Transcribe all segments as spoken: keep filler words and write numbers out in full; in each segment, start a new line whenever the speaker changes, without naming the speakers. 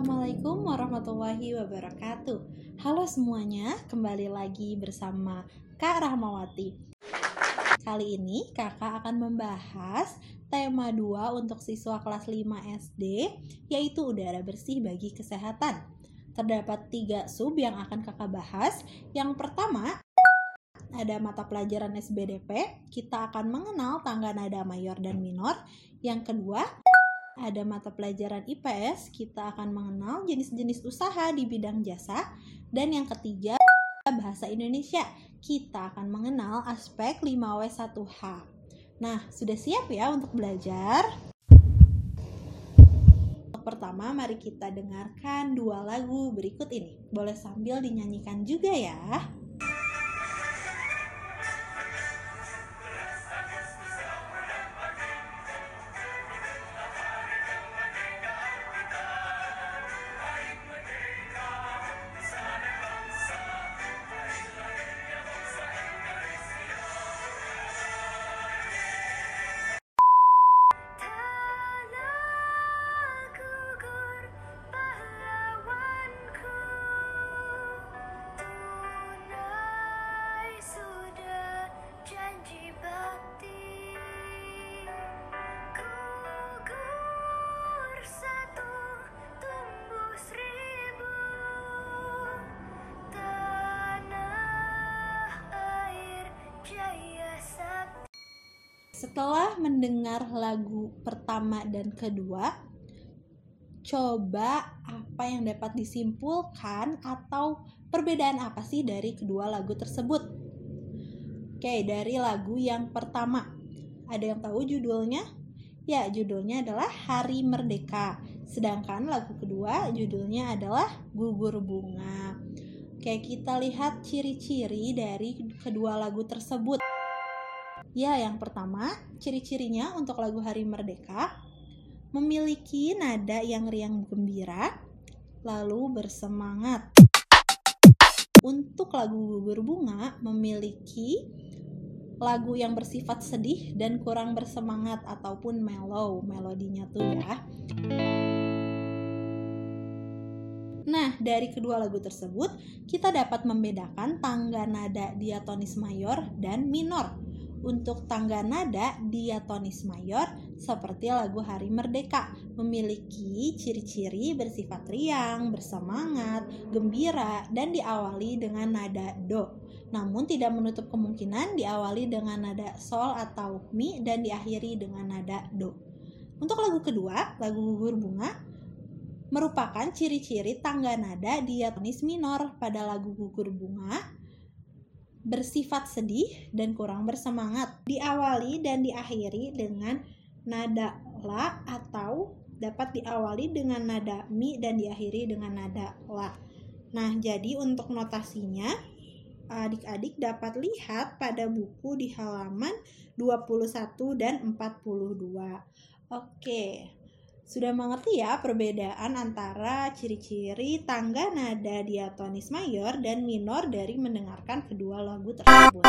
Assalamualaikum warahmatullahi wabarakatuh. Halo semuanya, kembali lagi bersama Kak Rahmawati. Kali ini kakak akan membahas tema dua untuk siswa kelas lima S D, yaitu udara bersih bagi kesehatan. Terdapat tiga sub yang akan kakak bahas. Yang pertama, ada mata pelajaran S B D P, kita akan mengenal tangga nada mayor dan minor. Yang kedua, ada mata pelajaran I P S, kita akan mengenal jenis-jenis usaha di bidang jasa. Dan yang ketiga, bahasa Indonesia, kita akan mengenal aspek lima W satu H. Nah, sudah siap ya untuk belajar? Untuk pertama, mari kita dengarkan dua lagu berikut ini. Boleh sambil dinyanyikan juga ya. Setelah mendengar lagu pertama dan kedua, coba apa yang dapat disimpulkan atau perbedaan apa sih dari kedua lagu tersebut? Oke, dari lagu yang pertama, ada yang tahu judulnya? Ya, judulnya adalah Hari Merdeka. Sedangkan lagu kedua judulnya adalah Gugur Bunga. Oke, kita lihat ciri-ciri dari kedua lagu tersebut. Ya, yang pertama, ciri-cirinya untuk lagu Hari Merdeka memiliki nada yang riang gembira, lalu bersemangat. Untuk lagu Gugur Bunga memiliki lagu yang bersifat sedih dan kurang bersemangat ataupun mellow, melodinya tuh ya. Nah, dari kedua lagu tersebut, kita dapat membedakan tangga nada diatonis mayor dan minor. Untuk tangga nada diatonis mayor seperti lagu Hari Merdeka memiliki ciri-ciri bersifat riang, bersemangat, gembira, dan diawali dengan nada do. Namun tidak menutup kemungkinan diawali dengan nada sol atau mi dan diakhiri dengan nada do. Untuk lagu kedua, lagu Gugur Bunga, merupakan ciri-ciri tangga nada diatonis minor pada lagu Gugur Bunga bersifat sedih dan kurang bersemangat, diawali dan diakhiri dengan nada la atau dapat diawali dengan nada mi dan diakhiri dengan nada la. Nah, jadi untuk notasinya adik-adik dapat lihat pada buku di halaman dua puluh satu dan empat puluh dua. Oke. Sudah mengerti ya perbedaan antara ciri-ciri tangga nada diatonis mayor dan minor dari mendengarkan kedua lagu tersebut.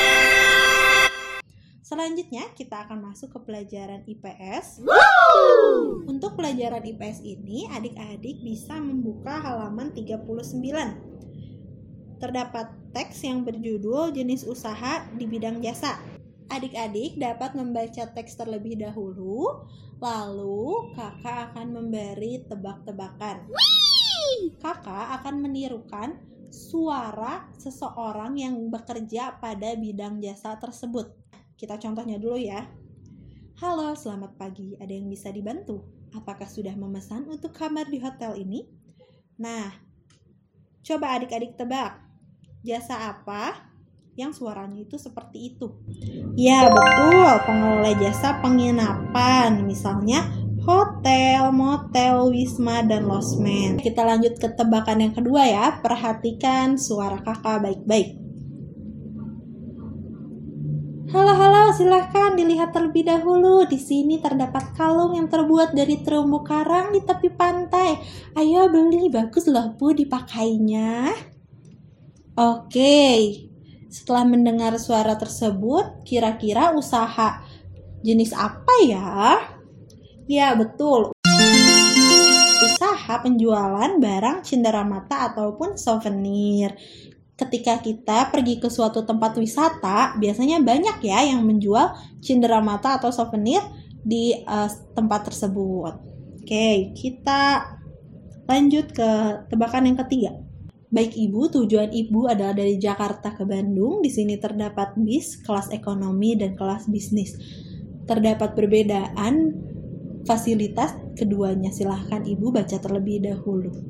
Selanjutnya kita akan masuk ke pelajaran I P S. Woo! Untuk pelajaran I P S ini adik-adik bisa membuka halaman tiga puluh sembilan. Terdapat teks yang berjudul jenis usaha di bidang jasa. Adik-adik dapat membaca teks terlebih dahulu, lalu kakak akan memberi tebak-tebakan. Kakak akan menirukan suara seseorang yang bekerja pada bidang jasa tersebut. Kita contohnya dulu ya. Halo, selamat pagi. Ada yang bisa dibantu? Apakah sudah memesan untuk kamar di hotel ini? Nah, coba adik-adik tebak. Jasa apa yang suaranya itu seperti itu? Ya, betul, pengelola jasa penginapan, misalnya hotel, motel, wisma, dan losmen. Kita lanjut ke tebakan yang kedua ya. Perhatikan suara kakak baik-baik. Halo, halo, silahkan dilihat terlebih dahulu. Di sini terdapat kalung yang terbuat dari terumbu karang di tepi pantai. Ayo beli, bagus loh Bu dipakainya. Oke. Setelah mendengar suara tersebut, kira-kira usaha jenis apa ya? Ya, betul. Usaha usaha penjualan barang cenderamata ataupun souvenir. Ketika kita pergi ke suatu tempat wisata, biasanya banyak ya yang menjual cenderamata atau souvenir di uh, tempat tersebut. Oke, kita lanjut ke tebakan yang ketiga. Baik Ibu, tujuan Ibu adalah dari Jakarta ke Bandung. Di sini terdapat bis, kelas ekonomi, dan kelas bisnis. Terdapat perbedaan fasilitas keduanya. Silahkan Ibu baca terlebih dahulu.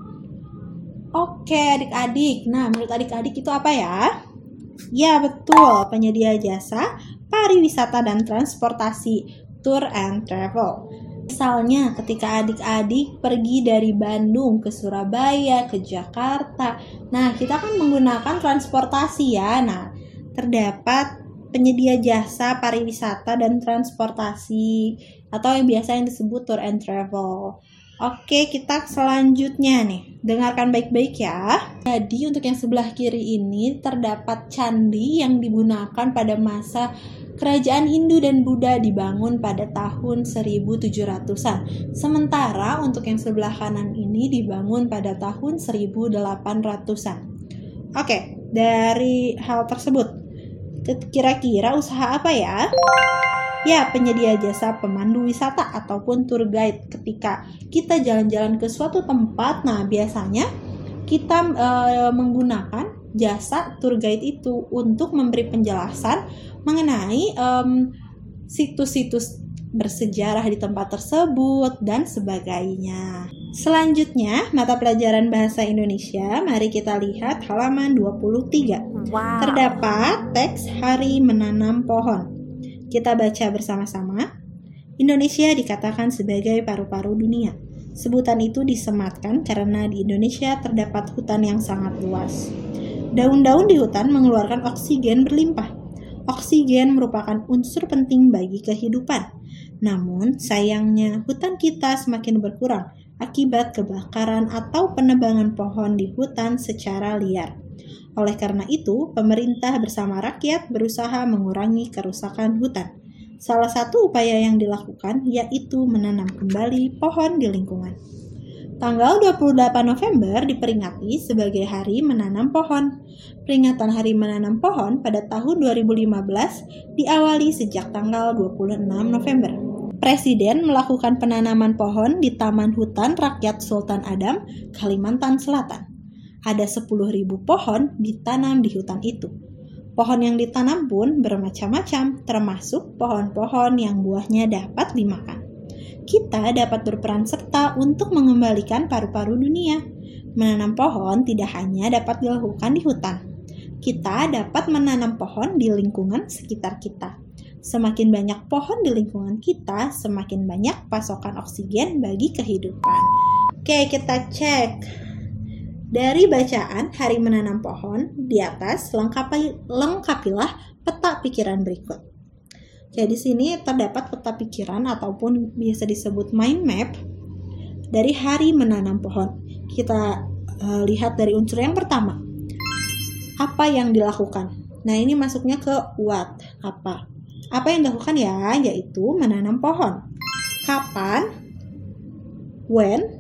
Oke adik-adik, nah menurut adik-adik itu apa ya? Ya betul, penyedia jasa pariwisata dan transportasi, tour and travel. Misalnya ketika adik-adik pergi dari Bandung ke Surabaya, ke Jakarta, nah kita kan menggunakan transportasi ya. Nah terdapat penyedia jasa pariwisata dan transportasi atau yang biasa yang disebut tour and travel. Oke, kita selanjutnya nih. Dengarkan baik-baik ya. Jadi untuk yang sebelah kiri ini terdapat candi yang digunakan pada masa Kerajaan Hindu dan Buddha dibangun pada tahun seribu tujuh ratusan. Sementara untuk yang sebelah kanan ini dibangun pada tahun seribu delapan ratusan. Oke, dari hal tersebut, kira-kira usaha apa ya? Ya, penyedia jasa pemandu wisata ataupun tour guide. Ketika kita jalan-jalan ke suatu tempat, nah biasanya kita e, menggunakan jasa tour guide itu untuk memberi penjelasan mengenai e, situs-situs bersejarah di tempat tersebut dan sebagainya. Selanjutnya, mata pelajaran bahasa Indonesia. Mari kita lihat halaman dua puluh tiga. Wow. Terdapat teks Hari Menanam Pohon. Kita baca bersama-sama. Indonesia dikatakan sebagai paru-paru dunia. Sebutan itu disematkan karena di Indonesia terdapat hutan yang sangat luas. Daun-daun di hutan mengeluarkan oksigen berlimpah. Oksigen merupakan unsur penting bagi kehidupan. Namun, sayangnya hutan kita semakin berkurang akibat kebakaran atau penebangan pohon di hutan secara liar. Oleh karena itu, pemerintah bersama rakyat berusaha mengurangi kerusakan hutan. Salah satu upaya yang dilakukan yaitu menanam kembali pohon di lingkungan. Tanggal dua puluh delapan November diperingati sebagai Hari Menanam Pohon. Peringatan Hari Menanam Pohon pada tahun dua ribu lima belas diawali sejak tanggal dua puluh enam November. Presiden melakukan penanaman pohon di Taman Hutan Rakyat Sultan Adam, Kalimantan Selatan. Ada sepuluh ribu pohon ditanam di hutan itu. Pohon yang ditanam pun bermacam-macam, termasuk pohon-pohon yang buahnya dapat dimakan. Kita dapat berperan serta untuk mengembalikan paru-paru dunia. Menanam pohon tidak hanya dapat dilakukan di hutan. Kita dapat menanam pohon di lingkungan sekitar kita. Semakin banyak pohon di lingkungan kita, semakin banyak pasokan oksigen bagi kehidupan. Oke, kita cek. Dari bacaan Hari Menanam Pohon, di atas lengkapi, lengkapilah peta pikiran berikut. Oke, di sini terdapat peta pikiran ataupun biasa disebut mind map dari Hari Menanam Pohon. Kita uh, lihat dari unsur yang pertama. Apa yang dilakukan? Nah, ini masuknya ke what, apa. Apa yang dilakukan ya, yaitu menanam pohon. Kapan? When?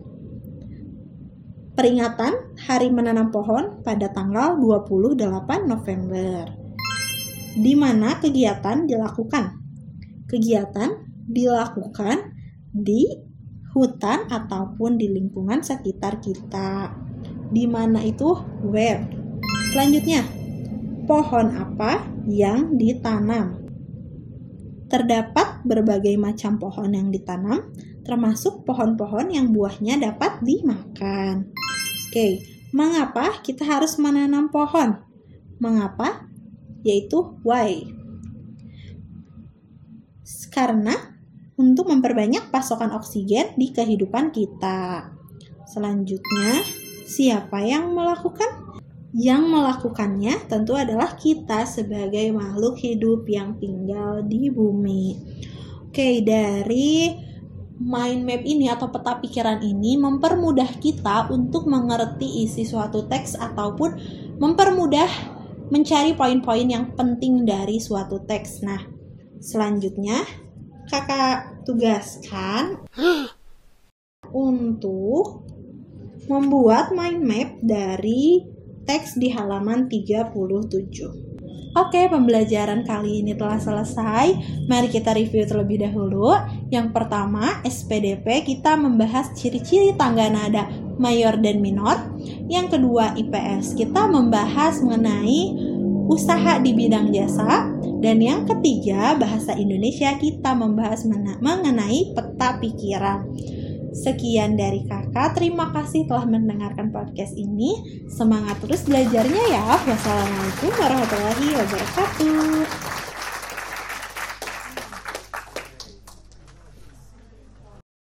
Peringatan Hari Menanam Pohon pada tanggal dua puluh delapan November. Di mana kegiatan dilakukan? Kegiatan dilakukan di hutan ataupun di lingkungan sekitar kita. Di mana itu? Where. Selanjutnya, pohon apa yang ditanam? Terdapat berbagai macam pohon yang ditanam, termasuk pohon-pohon yang buahnya dapat dimakan. Oke, mengapa kita harus menanam pohon? Mengapa? Yaitu why. Karena untuk memperbanyak pasokan oksigen di kehidupan kita. Selanjutnya, siapa yang melakukan? Yang melakukannya tentu adalah kita sebagai makhluk hidup yang tinggal di bumi. Oke, dari mind map ini atau peta pikiran ini mempermudah kita untuk mengerti isi suatu teks ataupun mempermudah mencari poin-poin yang penting dari suatu teks. Nah, selanjutnya kakak tugaskan untuk membuat mind map dari teks di halaman tiga puluh tujuh. Oke, pembelajaran kali ini telah selesai. Mari kita review terlebih dahulu. Yang pertama, S P D P kita membahas ciri-ciri tangga nada mayor dan minor. Yang kedua, I P S kita membahas mengenai usaha di bidang jasa. Dan yang ketiga, bahasa Indonesia kita membahas mengenai peta pikiran. Sekian dari kakak, terima kasih telah mendengarkan podcast ini. Semangat terus belajarnya ya. Wassalamualaikum warahmatullahi wabarakatuh.